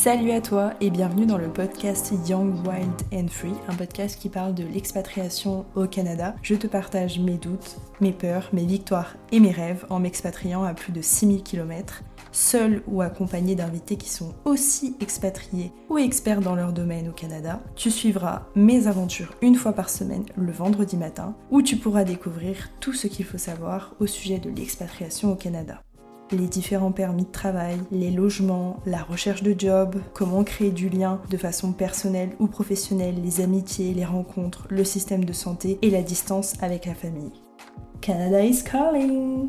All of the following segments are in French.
Salut à toi et bienvenue dans le podcast Young, Wild and Free, un podcast qui parle de l'expatriation au Canada. Je te partage mes doutes, mes peurs, mes victoires et mes rêves en m'expatriant à plus de 6000 km, seul ou accompagné d'invités qui sont aussi expatriés ou experts dans leur domaine au Canada. Tu suivras mes aventures une fois par semaine le vendredi matin, où tu pourras découvrir tout ce qu'il faut savoir au sujet de l'expatriation au Canada. Les différents permis de travail, les logements, la recherche de job, comment créer du lien de façon personnelle ou professionnelle, les amitiés, les rencontres, le système de santé et la distance avec la famille. Canada is calling!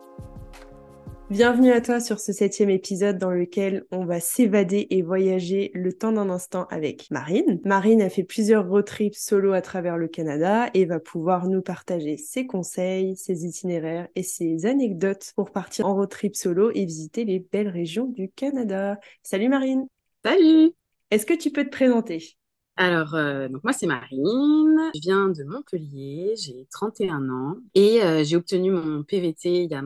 Bienvenue à toi sur ce 7e épisode dans lequel on va s'évader et voyager le temps d'un instant avec Marine. Marine a fait plusieurs road trips solo à travers le Canada et va pouvoir nous partager ses conseils, ses itinéraires et ses anecdotes pour partir en road trip solo et visiter les belles régions du Canada. Salut Marine! Salut! Est-ce que tu peux te présenter? Alors, donc moi c'est Marine, je viens de Montpellier, j'ai 31 ans et j'ai obtenu mon PVT il y a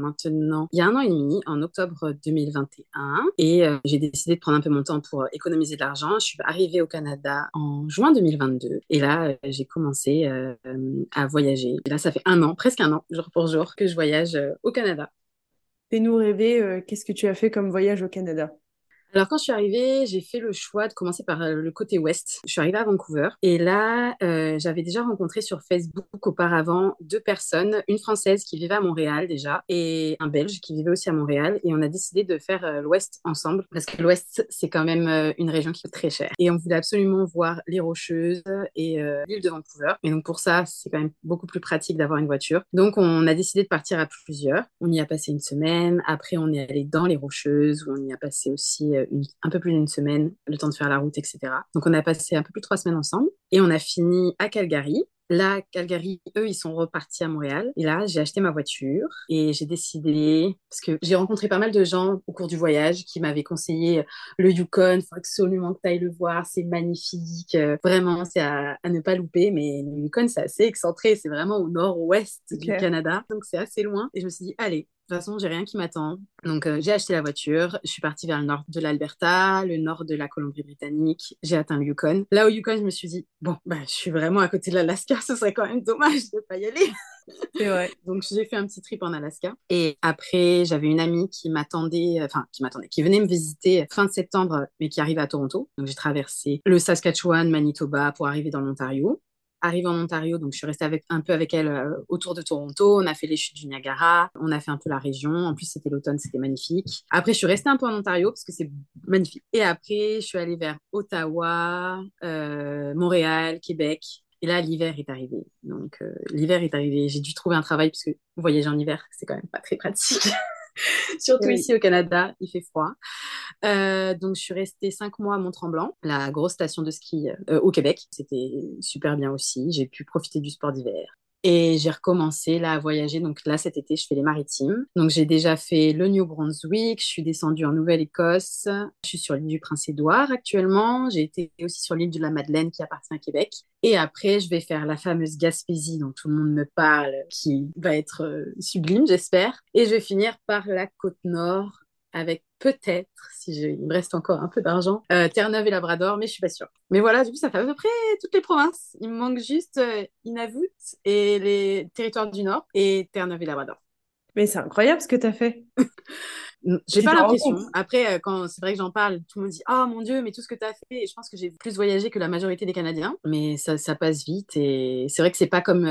un an et demi, en octobre 2021 et j'ai décidé de prendre un peu mon temps pour économiser de l'argent. Je suis arrivée au Canada en juin 2022 et là j'ai commencé à voyager. Et là ça fait un an, presque un an, jour pour jour, que je voyage au Canada. Fais-nous rêver, qu'est-ce que tu as fait comme voyage au Canada? Alors, quand je suis arrivée, j'ai fait le choix de commencer par le côté ouest. Je suis arrivée à Vancouver et là, j'avais déjà rencontré sur Facebook auparavant deux personnes, une Française qui vivait à Montréal déjà et un Belge qui vivait aussi à Montréal. Et on a décidé de faire l'ouest ensemble parce que l'ouest, c'est quand même une région qui coûte très cher. Et on voulait absolument voir les Rocheuses et l'île de Vancouver. Et donc, pour ça, c'est quand même beaucoup plus pratique d'avoir une voiture. Donc, on a décidé de partir à plusieurs. On y a passé une semaine. Après, on est allé dans les Rocheuses où on y a passé aussi un peu plus d'une semaine, le temps de faire la route, etc. Donc, on a passé un peu plus de 3 semaines ensemble et on a fini à Calgary. Là, Calgary, eux, ils sont repartis à Montréal. Et là, j'ai acheté ma voiture et j'ai décidé, parce que j'ai rencontré pas mal de gens au cours du voyage qui m'avaient conseillé le Yukon, il faut absolument que tu ailles le voir, c'est magnifique. Vraiment, c'est à ne pas louper. Mais le Yukon, c'est assez excentré, c'est vraiment au nord-ouest du Ok. Canada. Donc, c'est assez loin. Et je me suis dit, allez, de toute façon, j'ai rien qui m'attend. Donc, j'ai acheté la voiture. Je suis partie vers le nord de l'Alberta, le nord de la Colombie-Britannique. J'ai atteint le Yukon. Là, au Yukon, je me suis dit, bon, bah, je suis vraiment à côté de l'Alaska. Ce serait quand même dommage de ne pas y aller. C'est vrai. Donc, j'ai fait un petit trip en Alaska. Et après, j'avais une amie qui venait me visiter fin de septembre, mais qui arrivait à Toronto. Donc, j'ai traversé le Saskatchewan, Manitoba pour arriver dans l'Ontario. Arrivée en Ontario, donc je suis restée un peu avec elle autour de Toronto. On a fait les chutes du Niagara, on a fait un peu la région. En plus, c'était l'automne, c'était magnifique. Après, je suis restée un peu en Ontario parce que c'est magnifique. Et après, je suis allée vers Ottawa, Montréal, Québec. Et là, l'hiver est arrivé. Donc, l'hiver est arrivé. J'ai dû trouver un travail parce que voyager en hiver, c'est quand même pas très pratique. Surtout Oui. ici au Canada, il fait froid. Donc, je suis restée 5 mois à Mont-Tremblant, la grosse station de ski au Québec. C'était super bien aussi. J'ai pu profiter du sport d'hiver. Et j'ai recommencé là à voyager. Donc là, cet été, je fais les maritimes. Donc j'ai déjà fait le New Brunswick, je suis descendue en Nouvelle-Écosse, je suis sur l'île du Prince-Édouard actuellement. J'ai été aussi sur l'île de la Madeleine qui appartient à Québec. Et après, je vais faire la fameuse Gaspésie dont tout le monde me parle, qui va être sublime, j'espère. Et je vais finir par la côte nord avec peut-être, il me reste encore un peu d'argent, Terre-Neuve et Labrador, mais je suis pas sûre. Mais voilà, du coup, ça fait à peu près toutes les provinces. Il me manque juste Nunavut et les territoires du Nord et Terre-Neuve et Labrador. Mais c'est incroyable ce que tu as fait. J'ai Tu pas t'en rends l'impression. compte? Après, quand c'est vrai que j'en parle, tout le monde dit oh mon Dieu, mais tout ce que tu as fait. Et je pense que j'ai plus voyagé que la majorité des Canadiens, mais ça passe vite. Et c'est vrai que c'est pas comme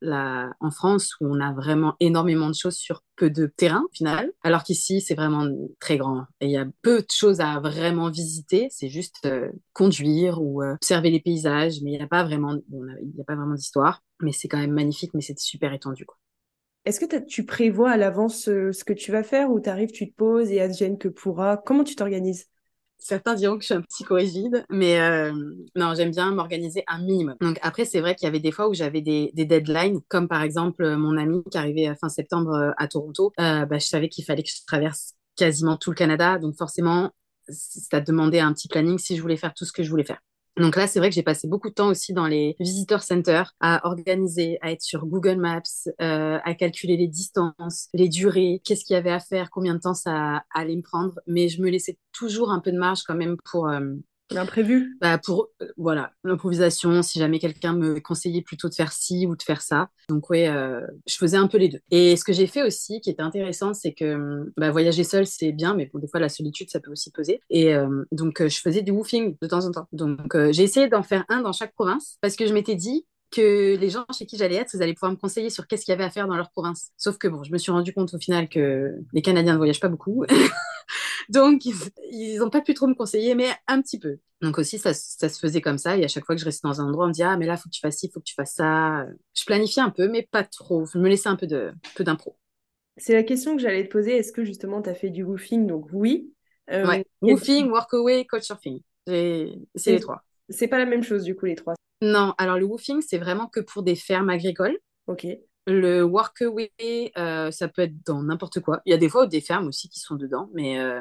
en France où on a vraiment énormément de choses sur peu de terrain au final, alors qu'ici c'est vraiment très grand. Et il y a peu de choses à vraiment visiter. C'est juste conduire ou observer les paysages, mais il n'y a pas vraiment, il y a pas vraiment d'histoire. Mais c'est quand même magnifique, mais c'est super étendu, quoi. Est-ce que tu prévois à l'avance ce que tu vas faire ou t'arrives, tu te poses et advienne que pourra? Comment tu t'organises? Certains diront que je suis un psychorigide, mais non, j'aime bien m'organiser un minimum. Donc après, c'est vrai qu'il y avait des fois où j'avais des deadlines, comme par exemple mon ami qui arrivait fin septembre à Toronto. Bah, je savais qu'il fallait que je traverse quasiment tout le Canada, donc forcément, ça demandait un petit planning si je voulais faire tout ce que je voulais faire. Donc là, c'est vrai que j'ai passé beaucoup de temps aussi dans les visitor centers à organiser, à être sur Google Maps, à calculer les distances, les durées, qu'est-ce qu'il y avait à faire, combien de temps ça allait me prendre. Mais je me laissais toujours un peu de marge quand même L'imprévu? pour voilà, l'improvisation, si jamais quelqu'un me conseillait plutôt de faire ci ou de faire ça. Donc ouais, je faisais un peu les deux. Et ce que j'ai fait aussi, qui était intéressant, c'est que voyager seul, c'est bien, mais bon, des fois la solitude, ça peut aussi peser. Et donc je faisais du woofing de temps en temps. Donc j'ai essayé d'en faire un dans chaque province parce que je m'étais dit que les gens chez qui j'allais être, ils allaient pouvoir me conseiller sur qu'est-ce qu'il y avait à faire dans leur province. Sauf que bon, je me suis rendu compte au final que les Canadiens ne voyagent pas beaucoup. Donc, ils n'ont pas pu trop me conseiller, mais un petit peu. Donc aussi, ça se faisait comme ça. Et à chaque fois que je restais dans un endroit, on me dit, ah, mais là, faut que tu fasses ci, faut que tu fasses ça. Je planifiais un peu, mais pas trop. Je me laissais un peu d'impro. C'est la question que j'allais te poser. Est-ce que justement tu as fait du woofing? Donc oui. Ouais. Quel Woofing, type? workaway, couchsurfing. C'est les Et trois. c'est pas la même chose du coup les trois. Non, alors le woofing, c'est vraiment que pour des fermes agricoles. Ok. Le workaway, ça peut être dans n'importe quoi. Il y a des fois des fermes aussi qui sont dedans,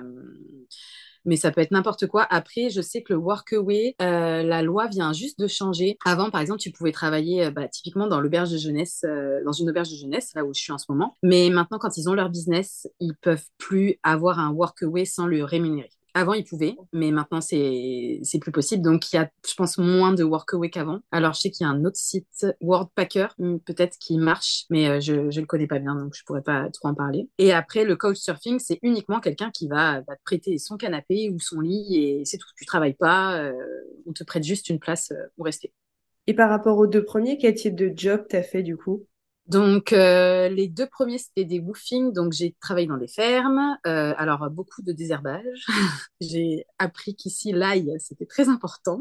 mais ça peut être n'importe quoi. Après, je sais que le workaway, la loi vient juste de changer. Avant, par exemple, tu pouvais travailler typiquement dans l'auberge de jeunesse, dans une auberge de jeunesse, là où je suis en ce moment. Mais maintenant, quand ils ont leur business, ils peuvent plus avoir un workaway sans le rémunérer. Avant, ils pouvaient, mais maintenant, c'est plus possible. Donc, il y a, je pense, moins de workaway qu'avant. Alors, je sais qu'il y a un autre site, Worldpacker, peut-être qui marche, mais je le connais pas bien, donc je pourrais pas trop en parler. Et après, le couchsurfing, c'est uniquement quelqu'un qui va te prêter son canapé ou son lit et c'est tout. Tu travailles pas, on te prête juste une place où rester. Et par rapport aux deux premiers, quel type de job t'as fait du coup? Donc, les deux premiers, c'était des woofings. Donc, j'ai travaillé dans des fermes. Alors, beaucoup de désherbage. J'ai appris qu'ici, l'ail, c'était très important.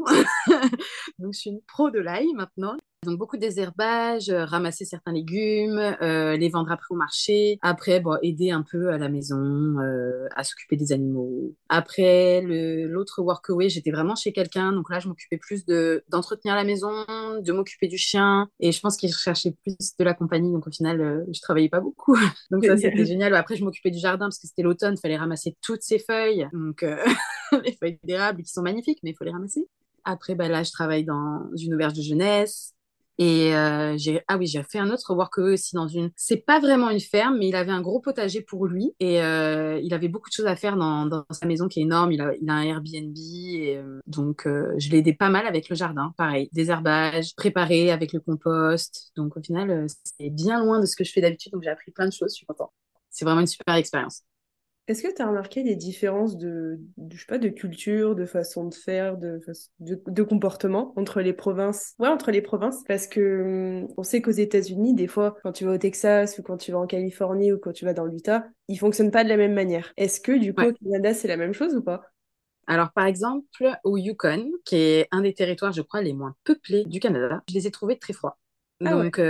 Donc, je suis une pro de l'ail maintenant. Donc, beaucoup de désherbage, ramasser certains légumes, les vendre après au marché. Après, bon, aider un peu à la maison, à s'occuper des animaux. Après, l'autre workaway, j'étais vraiment chez quelqu'un. Donc là, je m'occupais plus d'entretenir la maison, de m'occuper du chien. Et je pense qu'il recherchait plus de la compagnie. Donc au final, je travaillais pas beaucoup. Donc ça, c'était Génial. génial. Après, je m'occupais du jardin parce que c'était l'automne. Il fallait ramasser toutes ces feuilles. Donc, les feuilles d'érable qui sont magnifiques, mais il faut les ramasser. Après, là, je travaille dans une auberge de jeunesse. Et ah oui, j'ai fait un autre workaway aussi dans c'est pas vraiment une ferme, mais il avait un gros potager pour lui et il avait beaucoup de choses à faire dans sa maison qui est énorme. Il a un Airbnb et donc je l'ai aidé pas mal avec le jardin. Pareil, désherbage, préparé avec le compost. Donc au final, c'est bien loin de ce que je fais d'habitude, donc j'ai appris plein de choses. Je suis contente. C'est vraiment une super expérience. Est-ce que tu as remarqué des différences je sais pas, de culture, de façon de faire, de comportement entre les provinces? Ouais, entre les provinces. Parce que on sait qu'aux États-Unis, des fois, quand tu vas au Texas ou quand tu vas en Californie ou quand tu vas dans l'Utah, ils fonctionnent pas de la même manière. Est-ce que du coup Ouais. au Canada, c'est la même chose ou pas? Alors, par exemple, au Yukon, qui est un des territoires, je crois, les moins peuplés du Canada, je les ai trouvés très froids. Ah ouais. Donc,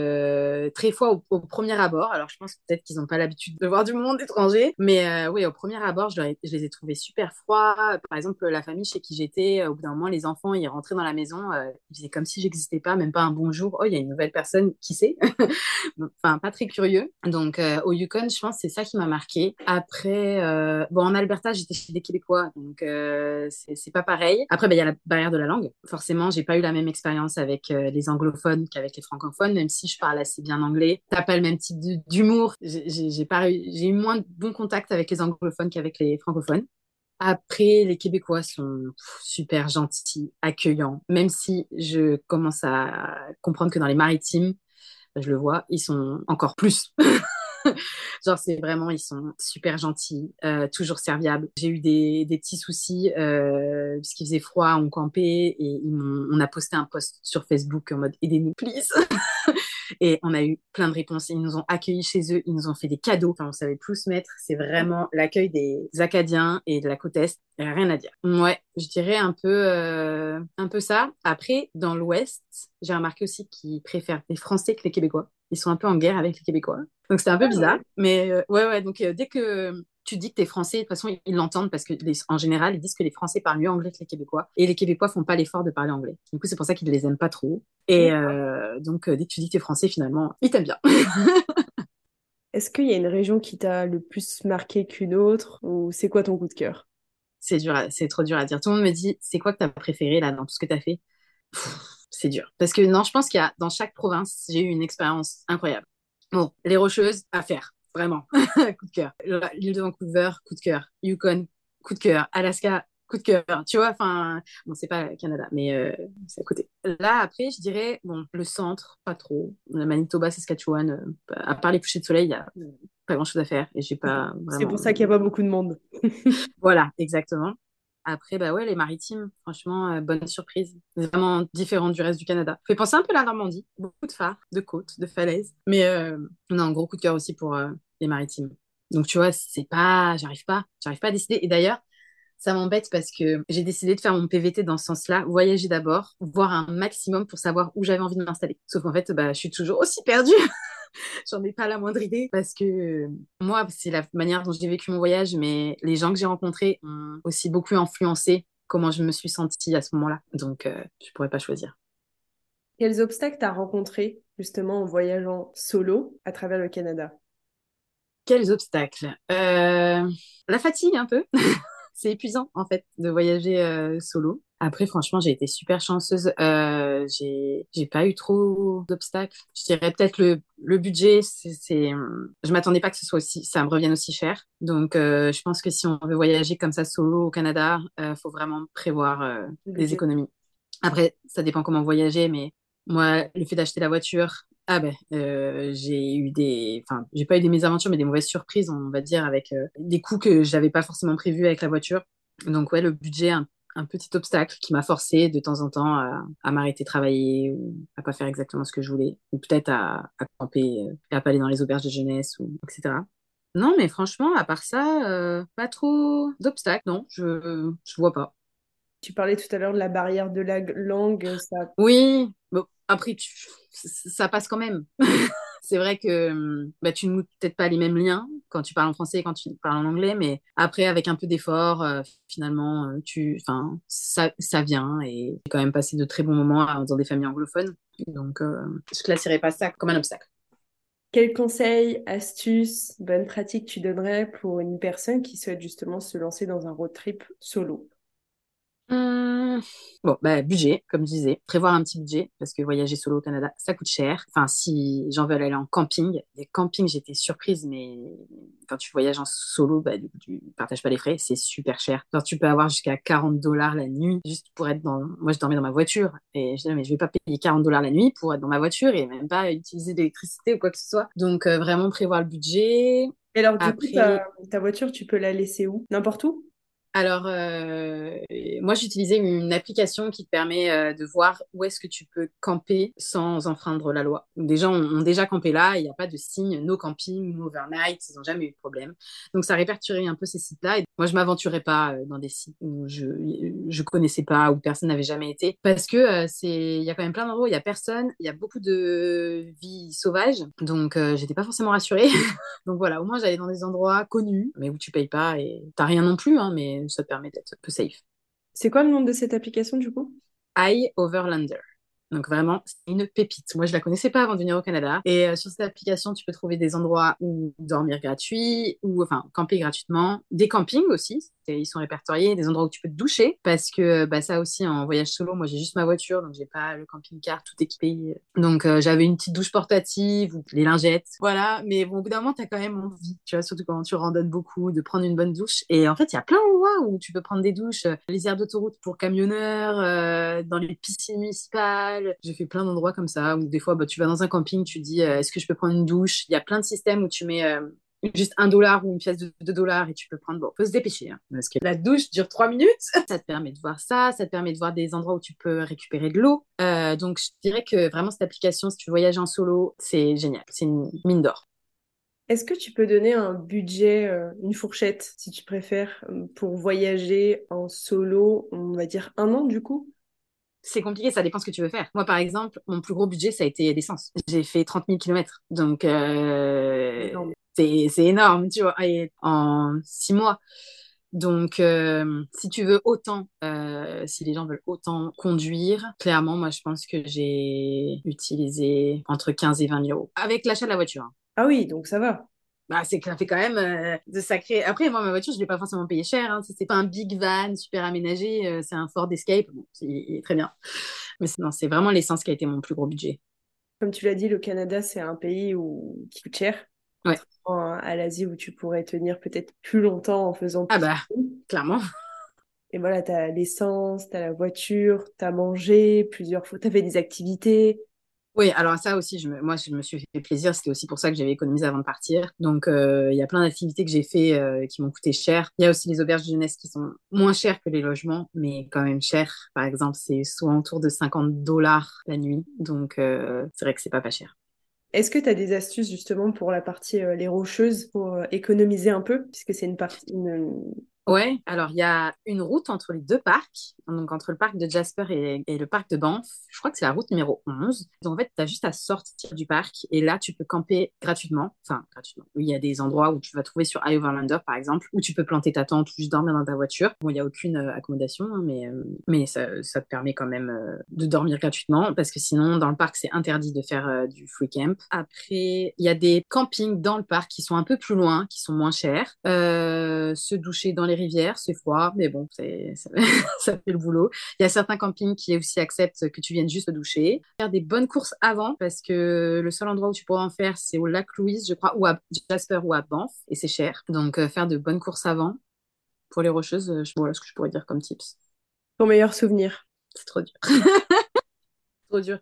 très froids au premier abord. Alors, je pense peut-être qu'ils n'ont pas l'habitude de voir du monde étranger. Mais oui, au premier abord, je les ai trouvés super froids. Par exemple, la famille chez qui j'étais, au bout d'un moment, les enfants, ils rentraient dans la maison, ils faisaient comme si j'existais pas, même pas un bonjour. Oh, il y a une nouvelle personne, qui sait? Enfin, pas très curieux. Donc, au Yukon, je pense que c'est ça qui m'a marqué. Après, bon, en Alberta, j'étais chez des Québécois, donc c'est pas pareil. Après, il y a la barrière de la langue. Forcément, j'ai pas eu la même expérience avec les anglophones qu'avec les francophones, même si je parle assez bien anglais. T'as pas le même type d'humour. J'ai eu moins de bons contacts avec les anglophones qu'avec les francophones. Après, les Québécois sont super gentils, accueillants, même si je commence à comprendre que dans les maritimes, je le vois, ils sont encore plus. Genre, c'est vraiment, ils sont super gentils, toujours serviables. J'ai eu des petits soucis, puisqu'il faisait froid, on campait, et on a posté un post sur Facebook en mode aidez-nous, please. Et on a eu plein de réponses. Ils nous ont accueillis chez eux, ils nous ont fait des cadeaux. Enfin, on savait plus où se mettre. C'est vraiment l'accueil des Acadiens et de la côte Est. Il n'y a rien à dire. Ouais, je dirais un peu ça. Après, dans l'Ouest, j'ai remarqué aussi qu'ils préfèrent les Français que les Québécois. Ils sont un peu en guerre avec les Québécois. Donc, c'était un peu Ah bizarre. ouais. Mais ouais. Donc, dès que tu dis que tu es français, de toute façon, ils l'entendent parce que, en général, ils disent que les Français parlent mieux anglais que les Québécois. Et les Québécois font pas l'effort de parler anglais. Du coup, c'est pour ça qu'ils ne les aiment pas trop. Et donc, dès que tu dis que tu es français, finalement, ils t'aiment bien. Est-ce qu'il y a une région qui t'a le plus marqué qu'une autre ou c'est quoi ton coup de cœur? c'est trop dur à dire. Tout le monde me dit, c'est quoi que t'as préféré là dans tout ce que t'as fait? C'est dur. Parce que non, je pense qu'il y a dans chaque province, j'ai eu une expérience incroyable. Bon, les Rocheuses, à faire, vraiment. Coup de cœur. L'île de Vancouver, coup de cœur. Yukon, coup de cœur. Alaska, coup de cœur. Tu vois, enfin, bon, c'est pas Canada, mais c'est à côté. Là, après, je dirais, bon, le centre, pas trop. Le Manitoba, Saskatchewan, à part les couchers de soleil, il y a pas grand-chose à faire et j'ai pas C'est vraiment. pour ça qu'il n'y a pas beaucoup de monde. Voilà, exactement. Après, bah ouais, les maritimes, franchement, bonne surprise. Vraiment différent du reste du Canada. Fait penser un peu à la Normandie. Beaucoup de phares, de côtes, de falaises. Mais on a un gros coup de cœur aussi pour les maritimes. Donc, tu vois, c'est pas, j'arrive pas à décider. Et d'ailleurs, ça m'embête parce que j'ai décidé de faire mon PVT dans ce sens-là, voyager d'abord, voir un maximum pour savoir où j'avais envie de m'installer. Sauf qu'en fait, bah, je suis toujours aussi perdue. J'en ai pas la moindre idée parce que moi, c'est la manière dont j'ai vécu mon voyage, mais les gens que j'ai rencontrés ont aussi beaucoup influencé comment je me suis sentie à ce moment-là. Donc, je pourrais pas choisir. Quels obstacles t'as rencontrés justement en voyageant solo à travers le Canada? Quels obstacles? La fatigue un peu. C'est épuisant en fait de voyager solo. Après, franchement, j'ai été super chanceuse. J'ai pas eu trop d'obstacles. Je dirais peut-être le budget. Je m'attendais pas que ce soit aussi, ça me revienne aussi cher. Donc, je pense que si on veut voyager comme ça solo au Canada, faut vraiment prévoir Le des budget. économies. Après, ça dépend comment voyager, mais moi, le fait d'acheter la voiture, ah ben, enfin, j'ai pas eu des mésaventures, mais des mauvaises surprises, on va dire, avec des coûts que j'avais pas forcément prévus avec la voiture. Donc ouais, le budget, un petit obstacle qui m'a forcé de temps en temps à m'arrêter de travailler ou à pas faire exactement ce que je voulais, ou peut-être à camper et à pas aller dans les auberges de jeunesse ou etc. Non, mais franchement, à part ça, pas trop d'obstacles, non, je vois pas. Tu parlais tout à l'heure de la barrière de la langue, ça. Oui, bon, après, ça passe quand même. C'est vrai que bah, tu ne moues peut-être pas les mêmes liens quand tu parles en français et quand tu parles en anglais, mais après, avec un peu d'effort, finalement, enfin, ça vient et j'ai quand même passé de très bons moments dans des familles anglophones. Donc, je classerais pas ça comme un obstacle. Quels conseils, astuces, bonnes pratiques tu donnerais pour une personne qui souhaite justement se lancer dans un road trip solo? Hum, Bon, bah, budget, comme je disais, prévoir un petit budget, parce que voyager solo au Canada, ça coûte cher. Enfin, si j'en veux aller en camping, les campings, j'étais surprise, mais quand tu voyages en solo, bah, du coup, tu partages pas les frais, c'est super cher. Genre, tu peux avoir jusqu'à 40 dollars la nuit, juste pour être dans. Moi, je dormais dans ma voiture, et je disais, mais je vais pas payer 40 dollars la nuit pour être dans ma voiture et même pas utiliser d'électricité ou quoi que ce soit. Donc, vraiment prévoir le budget. Et alors du coup, Après, ta voiture, tu peux la laisser où? N'importe où? alors, moi, j'utilisais une application qui te permet de voir où est-ce que tu peux camper sans enfreindre la loi. Donc, des gens ont déjà campé là, il n'y a pas de signe no camping, no overnight, ils n'ont jamais eu de problème. Donc, ça répertoriait un peu ces sites-là. Et moi, je m'aventurais pas dans des sites où je connaissais pas, où personne n'avait jamais été, parce que il y a quand même plein d'endroits où il y a personne, il y a beaucoup de vie sauvage, donc j'étais pas forcément rassurée. Donc voilà, au moins j'allais dans des endroits connus, mais où tu payes pas et t'as rien non plus, hein, mais ça te permet d'être un peu safe. C'est quoi le nom de cette application du coup? iOverlander. Donc vraiment, c'est une pépite. Moi, je la connaissais pas avant de venir au Canada. Et sur cette application, tu peux trouver des endroits où dormir gratuit, ou enfin camper gratuitement, des campings aussi. Ils sont répertoriés, des endroits où tu peux te doucher, parce que bah, ça aussi, en voyage solo, moi j'ai juste ma voiture, donc j'ai pas le camping-car tout équipé. Donc j'avais une petite douche portative ou les lingettes, voilà. Mais bon, au bout d'un moment, t'as quand même envie, tu vois, surtout quand tu randonnes beaucoup, de prendre une bonne douche. Et en fait, il y a plein d'endroits où tu peux prendre des douches, les aires d'autoroute pour camionneurs, dans les piscines municipales. J'ai fait plein d'endroits comme ça où des fois, bah, tu vas dans un camping, tu dis, est-ce que je peux prendre une douche? Il y a plein de systèmes où tu mets juste 1 dollar ou une pièce de 2 dollars et tu peux prendre. Bon, faut se dépêcher, hein, parce que la douche dure 3 minutes. Ça te permet de voir ça te permet de voir des endroits où tu peux récupérer de l'eau. Donc, je dirais que vraiment, cette application, si tu voyages en solo, c'est génial. C'est une mine d'or. Est-ce que tu peux donner un budget, une fourchette, si tu préfères, pour voyager en solo, on va dire 1 an du coup? C'est compliqué, ça dépend ce que tu veux faire. Moi, par exemple, mon plus gros budget, ça a été l'essence. J'ai fait 30 000 kilomètres. Donc, Énorme. c'est énorme, tu vois, et en 6 mois. Donc, si tu veux autant, si les gens veulent autant conduire, clairement, moi, je pense que j'ai utilisé entre 15 et 20 000 euros avec l'achat de la voiture, hein. Ah oui, donc ça va. Bah, c'est que ça fait quand même de sacrés. Après, moi, ma voiture, je l'ai pas forcément payée cher. Hein. C'est pas un big van super aménagé. C'est un Ford Escape. Bon, il est très bien. Mais non, c'est vraiment l'essence qui a été mon plus gros budget. Comme tu l'as dit, le Canada, c'est un pays qui coûte cher, Ouais. contrairement à l'Asie où tu pourrais tenir peut-être plus longtemps en faisant Ah plus. bah, clairement. Et voilà, tu as l'essence, tu as la voiture, tu as mangé plusieurs fois, tu as fait des activités. Oui, alors ça aussi, moi, je me suis fait plaisir. C'était aussi pour ça que j'avais économisé avant de partir. Donc, il y a plein d'activités que j'ai fait qui m'ont coûté cher. Il y a aussi les auberges de jeunesse qui sont moins chères que les logements, mais quand même chères. Par exemple, c'est souvent autour de $50 la nuit. Donc, c'est vrai que c'est pas cher. Est-ce que tu as des astuces justement pour la partie les rocheuses pour économiser un peu, puisque c'est une partie Ouais, alors il y a une route entre les deux parcs, donc entre le parc de Jasper et le parc de Banff. Je crois que c'est la route numéro 11. Donc en fait, tu as juste à sortir du parc et là, tu peux camper gratuitement. Enfin, gratuitement. Oui, il y a des endroits où tu vas trouver sur iOverlander, par exemple, où tu peux planter ta tente ou juste dormir dans ta voiture. Bon, il n'y a aucune accommodation, hein, mais ça te permet quand même de dormir gratuitement parce que sinon, dans le parc, c'est interdit de faire du free camp. Après, il y a des campings dans le parc qui sont un peu plus loin, qui sont moins chers. Se doucher dans les rivières, c'est froid, mais bon, ça fait le boulot. Il y a certains campings qui aussi acceptent que tu viennes juste te doucher. Faire des bonnes courses avant, parce que le seul endroit où tu pourras en faire, c'est au lac Louise, je crois, ou à Jasper ou à Banff, et c'est cher. Donc, faire de bonnes courses avant. Pour les rocheuses, voilà ce que je pourrais dire comme tips. ton meilleur souvenir. C'est trop dur. Trop dur.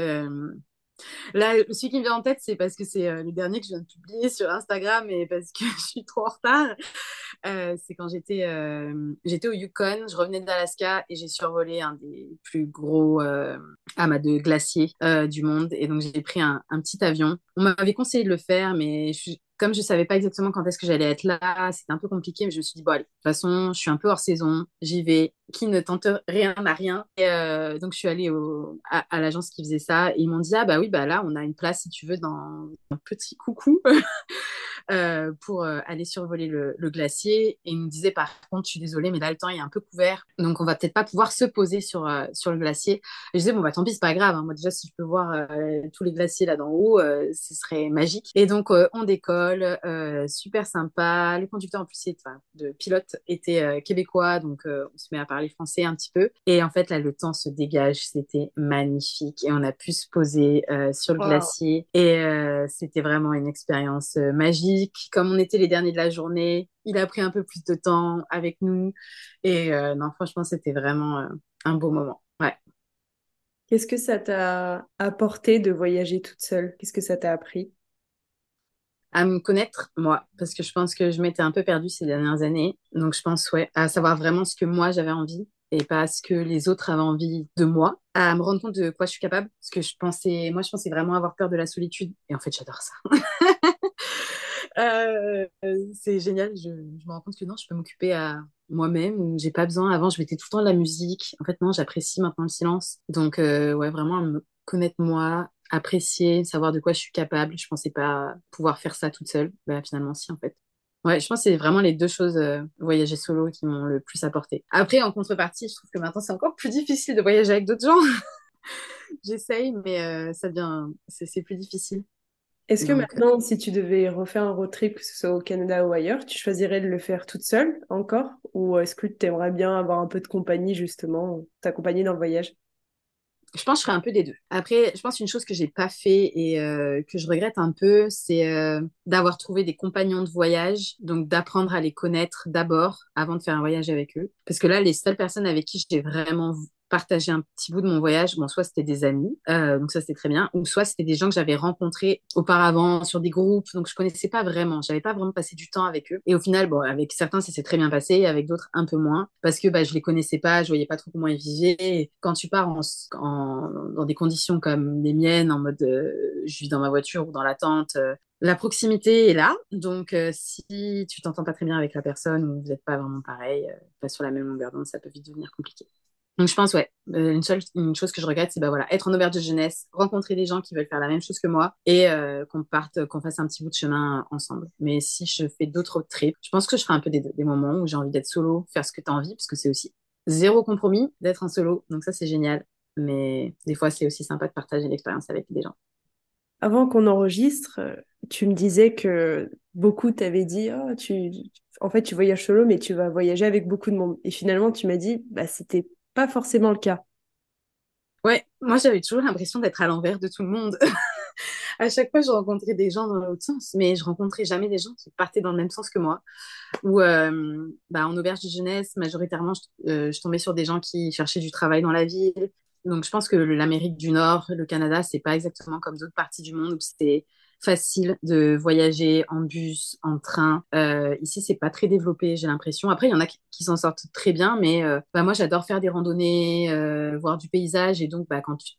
Là, celui qui me vient en tête, c'est parce que c'est le dernier que je viens de publier sur Instagram et parce que je suis trop en retard. C'est quand j'étais au Yukon, je revenais d'Alaska et j'ai survolé un des plus gros amas de glaciers du monde. Et donc, j'ai pris un petit avion. On m'avait conseillé de le faire, mais comme je savais pas exactement quand est-ce que j'allais être là, c'était un peu compliqué, mais je me suis dit, bon, allez, de toute façon, je suis un peu hors saison, j'y vais. Qui ne tente rien n'a rien. Et donc, je suis allée à l'agence qui faisait ça et ils m'ont dit, ah bah oui, bah là, on a une place si tu veux dans un petit coucou. Pour aller survoler le glacier. Et il nous disait, par contre, je suis désolée, mais là, le temps est un peu couvert. Donc, on va peut-être pas pouvoir se poser sur le glacier. Et je disais, bon, bah, tant pis, c'est pas grave. Hein. Moi, déjà, si je peux voir tous les glaciers là d'en haut, ce serait magique. Et donc, on décolle, super sympa. Le conducteur, en plus, de pilote était québécois. Donc, on se met à parler français un petit peu. Et en fait, là, le temps se dégage. C'était magnifique. Et on a pu se poser sur le Wow. glacier. Et c'était vraiment une expérience magique. Comme on était les derniers de la journée, il a pris un peu plus de temps avec nous. Et non, franchement, c'était vraiment un beau moment. Ouais. Qu'est-ce que ça t'a apporté de voyager toute seule? Qu'est-ce que ça t'a appris? À me connaître, moi, parce que je pense que je m'étais un peu perdue ces dernières années. Donc, je pense, ouais, à savoir vraiment ce que moi j'avais envie et pas ce que les autres avaient envie de moi. À me rendre compte de quoi je suis capable. Parce que je pensais vraiment avoir peur de la solitude. Et en fait, j'adore ça. C'est génial. Je me rends compte que non, je peux m'occuper à moi-même. J'ai pas besoin. Avant, je mettais tout le temps de la musique. En fait, non, j'apprécie maintenant le silence. Donc, ouais, vraiment, me connaître moi, apprécier, savoir de quoi je suis capable. Je pensais pas pouvoir faire ça toute seule. Bah, finalement, si, en fait. Ouais, je pense que c'est vraiment les deux choses, voyager solo, qui m'ont le plus apporté. Après, en contrepartie, je trouve que maintenant, c'est encore plus difficile de voyager avec d'autres gens. J'essaye, mais c'est plus difficile. Est-ce que Donc, maintenant, si tu devais refaire un road trip, que ce soit au Canada ou ailleurs, tu choisirais de le faire toute seule encore? Ou est-ce que tu aimerais bien avoir un peu de compagnie, justement, t'accompagner dans le voyage? je pense que je ferai un peu des deux. Après, je pense qu'une chose que j'ai pas fait et que je regrette un peu, c'est d'avoir trouvé des compagnons de voyage, donc d'apprendre à les connaître d'abord avant de faire un voyage avec eux. Parce que là, les seules personnes avec qui j'ai vraiment partagé un petit bout de mon voyage, bon, soit c'était des amis, donc ça c'était très bien, ou soit c'était des gens que j'avais rencontrés auparavant sur des groupes, donc je connaissais pas vraiment, j'avais pas vraiment passé du temps avec eux. Et au final, bon, avec certains ça s'est très bien passé, avec d'autres un peu moins, parce que bah, je les connaissais pas, je voyais pas trop comment ils vivaient. Et quand tu pars dans des conditions comme les miennes, en mode je vis dans ma voiture ou dans la tente, la proximité est là, donc si tu t'entends pas très bien avec la personne ou vous n'êtes pas vraiment pareil, pas sur la même longueur d'onde, ça peut vite devenir compliqué. Donc je pense, ouais, une chose que je regrette, c'est bah, voilà, être en auberge de jeunesse, rencontrer des gens qui veulent faire la même chose que moi et qu'on fasse un petit bout de chemin ensemble. Mais si je fais d'autres trips, je pense que je ferai un peu des moments où j'ai envie d'être solo, faire ce que tu as envie, parce que c'est aussi zéro compromis d'être en solo, donc ça c'est génial. Mais des fois, c'est aussi sympa de partager l'expérience avec des gens. Avant qu'on enregistre, tu me disais que beaucoup t'avaient dit, oh, en fait, tu voyages solo, mais tu vas voyager avec beaucoup de monde. Et finalement, tu m'as dit, bah, c'était pas forcément le cas. Ouais, moi j'avais toujours l'impression d'être à l'envers de tout le monde. À chaque fois, je rencontrais des gens dans l'autre sens, mais je rencontrais jamais des gens qui partaient dans le même sens que moi. Ou en auberge de jeunesse, majoritairement, je tombais sur des gens qui cherchaient du travail dans la ville. Donc, je pense que l'Amérique du Nord, le Canada, c'est pas exactement comme d'autres parties du monde où c'est facile de voyager en bus, en train. Ici, c'est pas très développé, j'ai l'impression. Après, il y en a qui s'en sortent très bien, mais moi, j'adore faire des randonnées, voir du paysage. Et donc,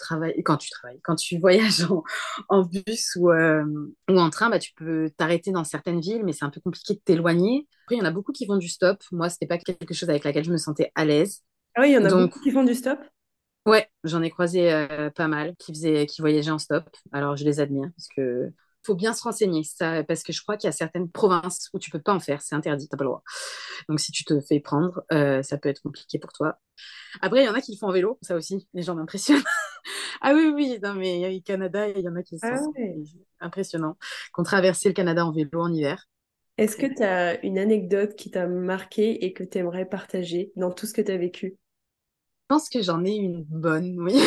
quand tu voyages en bus ou en train, bah, tu peux t'arrêter dans certaines villes, mais c'est un peu compliqué de t'éloigner. Après, il y en a beaucoup qui vont du stop. Moi, c'était pas quelque chose avec laquelle je me sentais à l'aise. Ah oui, il y en a Donc, beaucoup qui font du stop. ouais, j'en ai croisé pas mal qui voyageaient en stop. Alors, je les admire parce que faut bien se renseigner, ça, parce que je crois qu'il y a certaines provinces où tu peux pas en faire, c'est interdit, t'as pas le droit. Donc, si tu te fais prendre, ça peut être compliqué pour toi. Après, il y en a qui le font en vélo, ça aussi, les gens m'impressionnent. Ah oui, oui, non, mais au Canada, il y en a qui Ah sont ouais. impressionnants, qui ont traversé le Canada en vélo en hiver. Est-ce que tu as une anecdote qui t'a marqué et que tu aimerais partager dans tout ce que tu as vécu? Je pense que j'en ai une bonne, oui.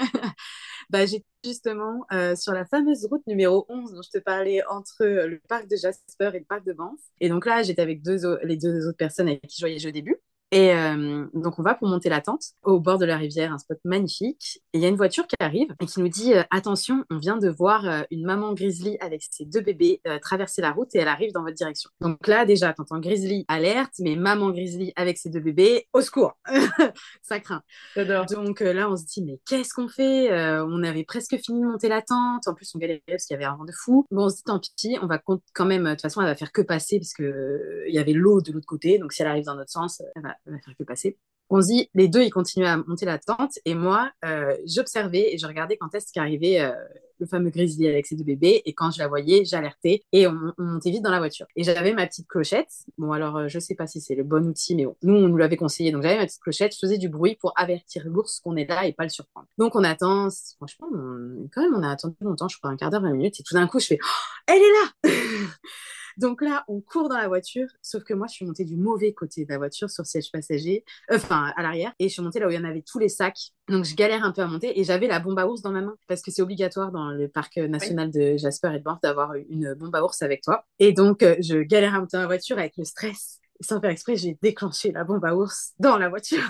Bah, j'étais justement sur la fameuse route numéro 11 dont je te parlais entre le parc de Jasper et le parc de Banff. Et donc là, j'étais avec les deux autres personnes avec qui je voyageais au début. Et donc, on va pour monter la tente au bord de la rivière, un spot magnifique. Et il y a une voiture qui arrive et qui nous dit attention, on vient de voir une maman grizzly avec ses deux bébés traverser la route et elle arrive dans votre direction. Donc là, déjà, t'entends grizzly alerte, mais maman grizzly avec ses deux bébés, au secours Ça craint. J'adore. Donc là, on se dit, mais qu'est-ce qu'on fait On avait presque fini de monter la tente. En plus, on galérait parce qu'il y avait un vent de fou. Bon, on se dit, tant pis, on va quand même, de toute façon, elle va faire que passer parce que il y avait l'eau de l'autre côté. Donc si elle arrive dans notre sens, elle va faire que passer. On se dit, les deux, ils continuaient à monter la tente. Et moi, j'observais et je regardais quand est-ce qu'arrivait le fameux grizzly avec ses deux bébés. Et quand je la voyais, j'alertais et on montait vite dans la voiture. Et j'avais ma petite clochette. Bon, alors, je sais pas si c'est le bon outil, mais bon, nous, on nous l'avait conseillé. Donc, j'avais ma petite clochette. Je faisais du bruit pour avertir l'ours qu'on est là et pas le surprendre. Donc, on attend. Franchement, on a attendu longtemps, je crois un quart d'heure, 20 minutes. Et tout d'un coup, je fais, oh, elle est là Donc là, on court dans la voiture, sauf que moi, je suis montée du mauvais côté de la voiture sur siège passager, enfin à l'arrière, et je suis montée là où il y en avait tous les sacs. Donc je galère un peu à monter, et j'avais la bombe à ours dans ma main, parce que c'est obligatoire dans le parc Oui. national de Jasper et de Banff d'avoir une bombe à ours avec toi. Et donc, je galère à monter dans la voiture avec le stress. Et sans faire exprès, j'ai déclenché la bombe à ours dans la voiture.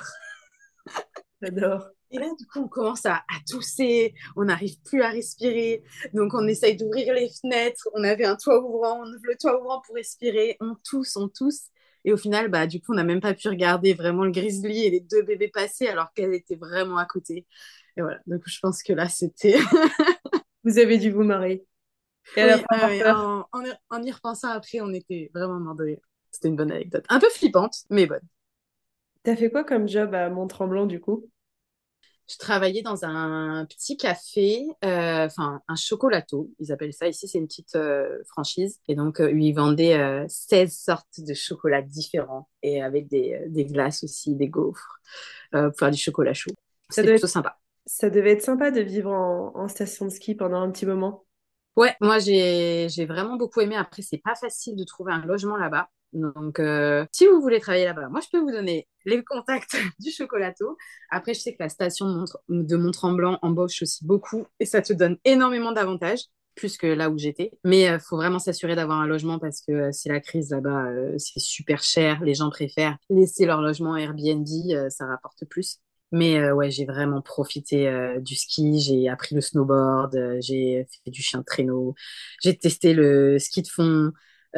J'adore. Et là, du coup, on commence à tousser, on n'arrive plus à respirer. Donc, on essaye d'ouvrir les fenêtres. On avait un toit ouvrant, on ouvre le toit ouvrant pour respirer. On tousse, on tousse. Et au final, bah, du coup, on n'a même pas pu regarder vraiment le grizzly et les deux bébés passer alors qu'elle était vraiment à côté. Et voilà. Donc, je pense que là, c'était. Vous avez dû vous marrer. Et à la Oui, fin, avoir peur. en y repensant après, on était vraiment morts de rire. C'était une bonne anecdote. Un peu flippante, mais bonne. T'as fait quoi comme job à Mont-Tremblant, du coup? Je travaillais dans un petit café, enfin un chocolato, ils appellent ça. Ici, c'est une petite franchise. Et donc, ils vendaient 16 sortes de chocolats différents et avec des glaces aussi, des gaufres, pour faire du chocolat chaud. Ça C'était devait plutôt être, sympa. ça devait être sympa de vivre en station de ski pendant un petit moment. Ouais, moi, j'ai vraiment beaucoup aimé. Après, c'est pas facile de trouver un logement là-bas. Donc, si vous voulez travailler là-bas, moi, je peux vous donner les contacts du chocolato. Après, je sais que la station de Mont-Tremblant embauche aussi beaucoup et ça te donne énormément d'avantages, plus que là où j'étais. Mais il faut vraiment s'assurer d'avoir un logement parce que c'est la crise là-bas, c'est super cher. Les gens préfèrent laisser leur logement Airbnb, ça rapporte plus. Mais ouais, j'ai vraiment profité du ski. J'ai appris le snowboard, j'ai fait du chien de traîneau, j'ai testé le ski de fond.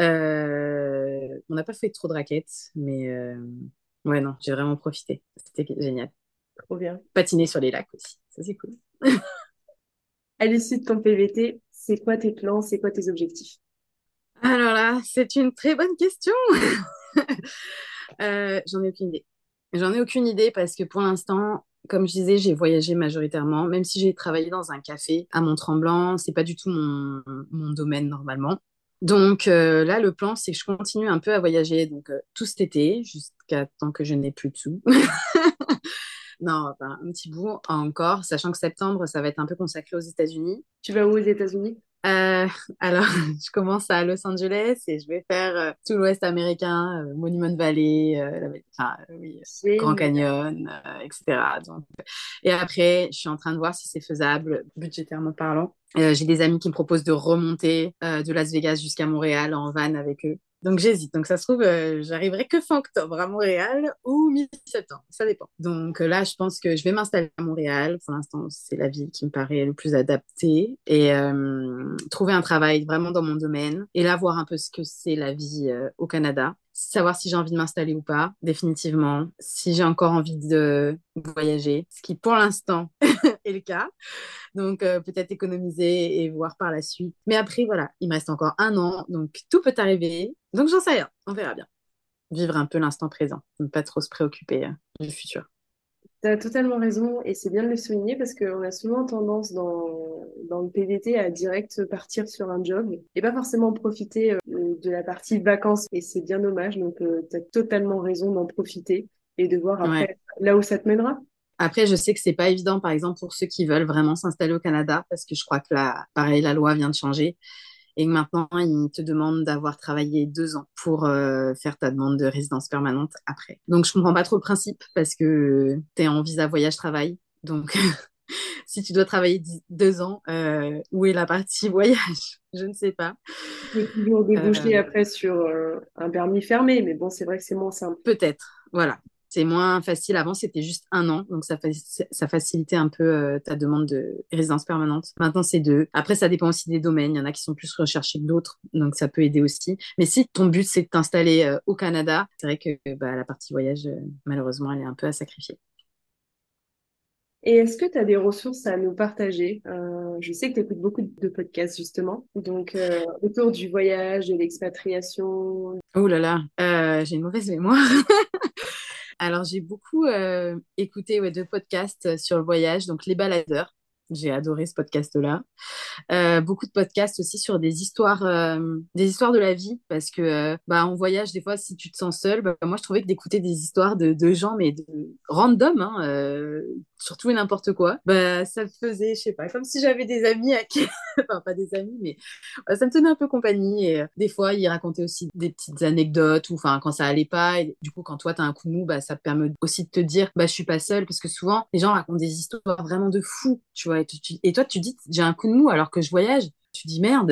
On n'a pas fait trop de raquettes, mais ouais, non, j'ai vraiment profité. C'était génial. Trop bien. Patiner sur les lacs aussi, ça c'est cool. À l'issue de ton PVT, c'est quoi tes plans, c'est quoi tes objectifs? Alors là, c'est une très bonne question. J'en ai aucune idée. J'en ai aucune idée parce que pour l'instant, comme je disais, j'ai voyagé majoritairement. Même si j'ai travaillé dans un café à Mont-Tremblant, c'est pas du tout mon domaine normalement. Donc là, le plan, c'est que je continue un peu à voyager donc tout cet été jusqu'à tant que je n'ai plus de sous. Non, enfin, un petit bout encore, sachant que septembre, ça va être un peu consacré aux États-Unis. Tu vas où aux États-Unis? Euh, alors, je commence à Los Angeles et je vais faire tout l'Ouest américain, Monument Valley, oui, Grand Génial. Canyon, etc. Donc, et après, je suis en train de voir si c'est faisable, budgétairement parlant. J'ai des amis qui me proposent de remonter de Las Vegas jusqu'à Montréal en van avec eux. Donc j'hésite. Donc ça se trouve, j'arriverai que fin octobre à Montréal ou mi-septembre, ça dépend. Donc là, je pense que je vais m'installer à Montréal. Pour l'instant, c'est la ville qui me paraît le plus adaptée et trouver un travail vraiment dans mon domaine et là voir un peu ce que c'est la vie au Canada. Savoir si j'ai envie de m'installer ou pas, définitivement. Si j'ai encore envie de voyager, ce qui pour l'instant est le cas. Donc, peut-être économiser et voir par la suite. Mais après, voilà, il me reste encore un an, donc tout peut arriver. Donc, j'en sais rien, on verra bien. Vivre un peu l'instant présent, ne pas trop se préoccuper du futur. Tu as totalement raison et c'est bien de le souligner parce qu'on a souvent tendance dans le PVT à direct partir sur un job et pas forcément profiter de la partie vacances et c'est bien dommage. Donc, tu as totalement raison d'en profiter et de voir Ouais. après là où ça te mènera. Après, je sais que c'est pas évident, par exemple, pour ceux qui veulent vraiment s'installer au Canada, parce que je crois que là, pareil, la loi vient de changer et que maintenant, ils te demandent d'avoir travaillé 2 ans pour faire ta demande de résidence permanente après. Donc, je comprends pas trop le principe parce que tu es en visa voyage-travail. Donc, si tu dois travailler 2 ans, où est la partie voyage? Je ne sais pas. Tu peux toujours déboucher Euh, après sur un permis fermé, mais bon, c'est vrai que c'est moins simple. Peut-être, voilà. C'est moins facile. Avant, c'était juste un an, donc ça facilitait un peu ta demande de résidence permanente. Maintenant, c'est 2. Après, ça dépend aussi des domaines. Il y en a qui sont plus recherchés que d'autres, donc ça peut aider aussi. Mais si ton but, c'est de t'installer au Canada, c'est vrai que bah, la partie voyage, malheureusement, elle est un peu à sacrifier. Et est-ce que tu as des ressources à nous partager? Je sais que tu écoutes beaucoup de podcasts, justement. Donc, autour du voyage, de l'expatriation. Oh là là, j'ai une mauvaise mémoire. Alors, j'ai beaucoup écouté ouais, de podcasts sur le voyage, donc Les Baladeurs. J'ai adoré ce podcast-là. Beaucoup de podcasts aussi sur des histoires de la vie, parce que bah, en voyage, des fois, si tu te sens seul, bah, moi, je trouvais que d'écouter des histoires de gens, mais de random, hein, surtout et n'importe quoi, bah, ça me faisait, je sais pas, comme si j'avais des amis à qui, enfin, pas des amis, mais ça me tenait un peu compagnie. Et des fois, ils racontaient aussi des petites anecdotes, ou enfin, quand ça allait pas, et du coup, quand toi, t'as un coup de mou, bah, ça te permet aussi de te dire, bah, je suis pas seule, parce que souvent, les gens racontent des histoires vraiment de fous, tu vois, et toi, tu dis, j'ai un coup de mou alors que je voyage. Tu dis, merde,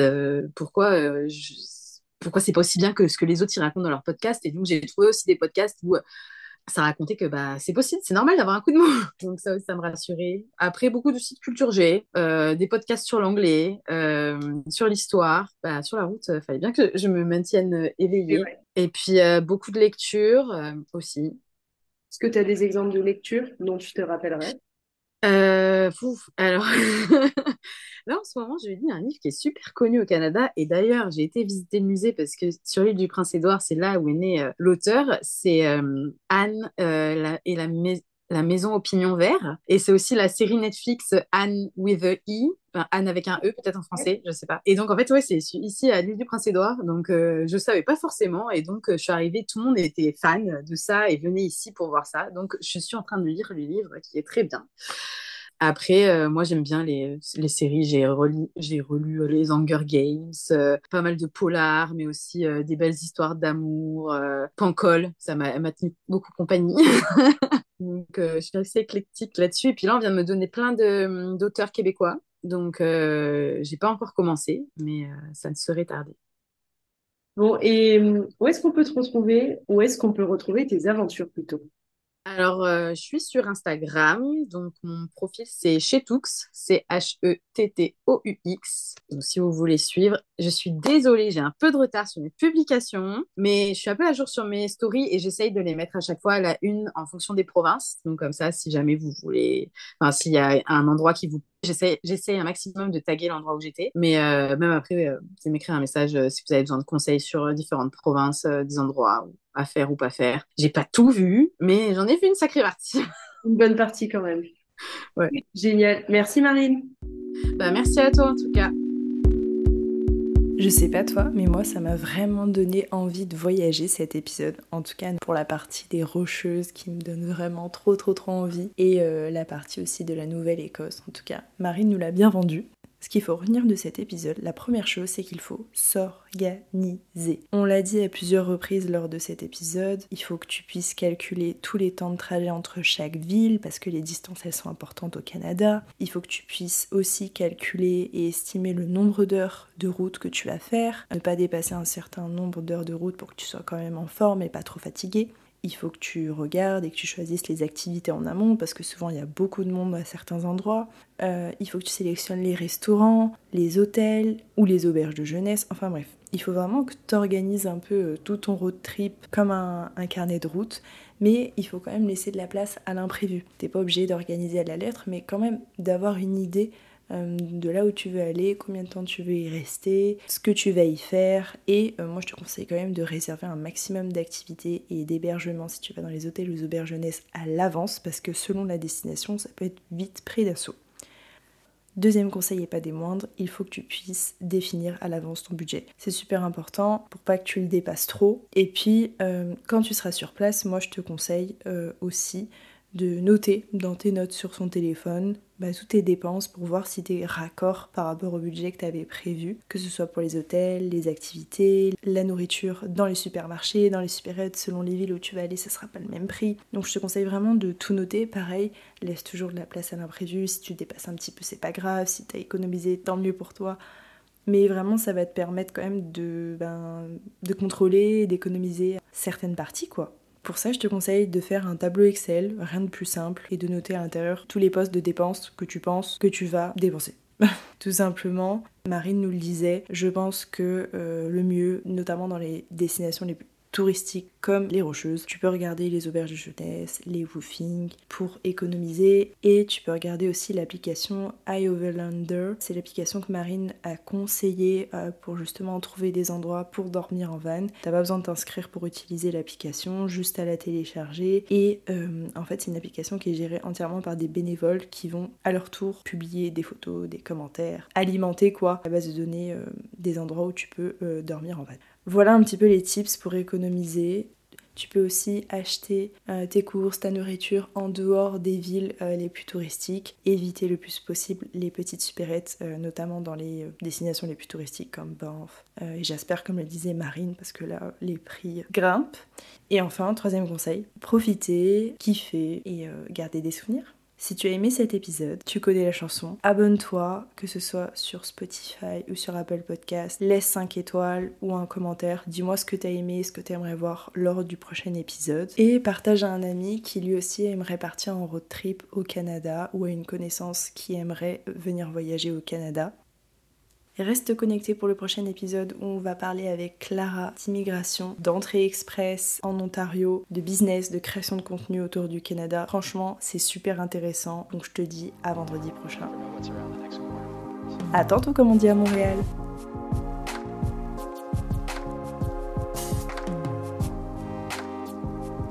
pourquoi c'est pas aussi bien que ce que les autres y racontent dans leur podcast. Et donc, j'ai trouvé aussi des podcasts où ça racontait que bah, c'est possible, c'est normal d'avoir un coup de mou. Donc ça aussi, ça me rassurait. Après, beaucoup de sites culture G, des podcasts sur l'anglais, sur l'histoire. Bah, sur la route, il fallait bien que je me maintienne C'est éveillée. vrai. Et puis, beaucoup de lectures aussi. Est-ce que tu as des exemples de lecture dont tu te rappellerais? Alors, là en ce moment, je lis un livre qui est super connu au Canada. Et d'ailleurs, j'ai été visiter le musée parce que sur l'île du Prince-Édouard, c'est là où est né l'auteur. C'est Anne la Maison au Pignon Vert. Et c'est aussi la série Netflix Anne with a E. Enfin, Anne avec un E, peut-être en français, je sais pas. Et donc, en fait, ouais, c'est ici à l'île du Prince-Édouard. Donc, je savais pas forcément. Et donc, je suis arrivée, tout le monde était fan de ça et venait ici pour voir ça. Donc, je suis en train de lire le livre qui est très bien. Après, moi, j'aime bien les séries. J'ai relu les Hunger Games, pas mal de polars, mais aussi des belles histoires d'amour. Pancol, elle m'a tenu beaucoup compagnie. Donc, je suis assez éclectique là-dessus. Et puis là, on vient de me donner plein d'auteurs québécois. Donc, j'ai pas encore commencé, mais ça ne saurait tarder. Bon, et où est-ce qu'on peut te retrouver? Où est-ce qu'on peut retrouver tes aventures plutôt? Alors, je suis sur Instagram, donc mon profil c'est Chettoux, c'est Hettous. Donc, si vous voulez suivre, je suis désolée, j'ai un peu de retard sur mes publications, mais je suis un peu à jour sur mes stories et j'essaye de les mettre à chaque fois à la une en fonction des provinces. Donc, comme ça, si jamais vous voulez, enfin, s'il y a un endroit qui vous j'essaie un maximum de taguer l'endroit où j'étais. Mais même après, vous pouvez m'écrire un message si vous avez besoin de conseils sur différentes provinces, des endroits à faire ou pas faire. J'ai pas tout vu, mais j'en ai vu une sacrée partie. Une bonne partie quand même. Ouais. Génial. Merci Marine. Bah, merci à toi en tout cas. Je sais pas toi, mais moi ça m'a vraiment donné envie de voyager cet épisode. En tout cas pour la partie des Rocheuses qui me donne vraiment trop envie. Et la partie aussi de la Nouvelle-Écosse. En tout cas, Marine nous l'a bien vendu. Ce qu'il faut retenir de cet épisode, la première chose, c'est qu'il faut s'organiser. On l'a dit à plusieurs reprises lors de cet épisode, il faut que tu puisses calculer tous les temps de trajet entre chaque ville, parce que les distances, elles sont importantes au Canada. Il faut que tu puisses aussi calculer et estimer le nombre d'heures de route que tu vas faire, ne pas dépasser un certain nombre d'heures de route pour que tu sois quand même en forme et pas trop fatigué. Il faut que tu regardes et que tu choisisses les activités en amont parce que souvent il y a beaucoup de monde à certains endroits. Il faut que tu sélectionnes les restaurants, les hôtels ou les auberges de jeunesse. Enfin bref, il faut vraiment que tu organises un peu tout ton road trip comme un carnet de route. Mais il faut quand même laisser de la place à l'imprévu. T'es pas obligé d'organiser à la lettre, mais quand même d'avoir une idée de là où tu veux aller, combien de temps tu veux y rester, ce que tu vas y faire. Et moi je te conseille quand même de réserver un maximum d'activités et d'hébergements si tu vas dans les hôtels ou les auberges jeunesse à l'avance, parce que selon la destination ça peut être vite pris d'assaut. Deuxième conseil et pas des moindres, il faut que tu puisses définir à l'avance ton budget. C'est super important pour pas que tu le dépasses trop. Et puis quand tu seras sur place, moi je te conseille aussi de noter dans tes notes sur son téléphone toutes tes dépenses pour voir si t'es raccord par rapport au budget que tu avais prévu, que ce soit pour les hôtels, les activités, la nourriture dans les supermarchés, dans les supérettes, selon les villes où tu vas aller, ça sera pas le même prix. Donc je te conseille vraiment de tout noter. Pareil, laisse toujours de la place à l'imprévu. Si tu dépasses un petit peu, c'est pas grave. Si t'as économisé, tant mieux pour toi. Mais vraiment, ça va te permettre quand même de contrôler et d'économiser certaines parties, quoi. Pour ça, je te conseille de faire un tableau Excel, rien de plus simple, et de noter à l'intérieur tous les postes de dépenses que tu penses que tu vas dépenser. Tout simplement, Marine nous le disait, je pense que le mieux, notamment dans les destinations les plus touristiques comme les Rocheuses, tu peux regarder les auberges de jeunesse, les woofing pour économiser, et tu peux regarder aussi l'application iOverlander. C'est l'application que Marine a conseillée pour justement trouver des endroits pour dormir en van. T'as pas besoin de t'inscrire pour utiliser l'application, juste à la télécharger, et en fait c'est une application qui est gérée entièrement par des bénévoles qui vont à leur tour publier des photos, des commentaires, alimenter la base de données des endroits où tu peux dormir en van. Voilà un petit peu les tips pour économiser. Tu peux aussi acheter tes courses, ta nourriture en dehors des villes les plus touristiques. Éviter le plus possible les petites supérettes, notamment dans les destinations les plus touristiques comme Banff et Jasper, comme le disait Marine, parce que là, les prix grimpent. Et enfin, troisième conseil, profiter, kiffer et garder des souvenirs. Si tu as aimé cet épisode, tu connais la chanson, abonne-toi, que ce soit sur Spotify ou sur Apple Podcast, laisse 5 étoiles ou un commentaire, dis-moi ce que tu as aimé, ce que tu aimerais voir lors du prochain épisode, et partage à un ami qui lui aussi aimerait partir en road trip au Canada ou à une connaissance qui aimerait venir voyager au Canada. Et reste connecté pour le prochain épisode où on va parler avec Clara d'immigration, d'entrée express en Ontario, de business, de création de contenu autour du Canada. Franchement, c'est super intéressant, donc je te dis à vendredi prochain. À tantôt comme on dit à Montréal.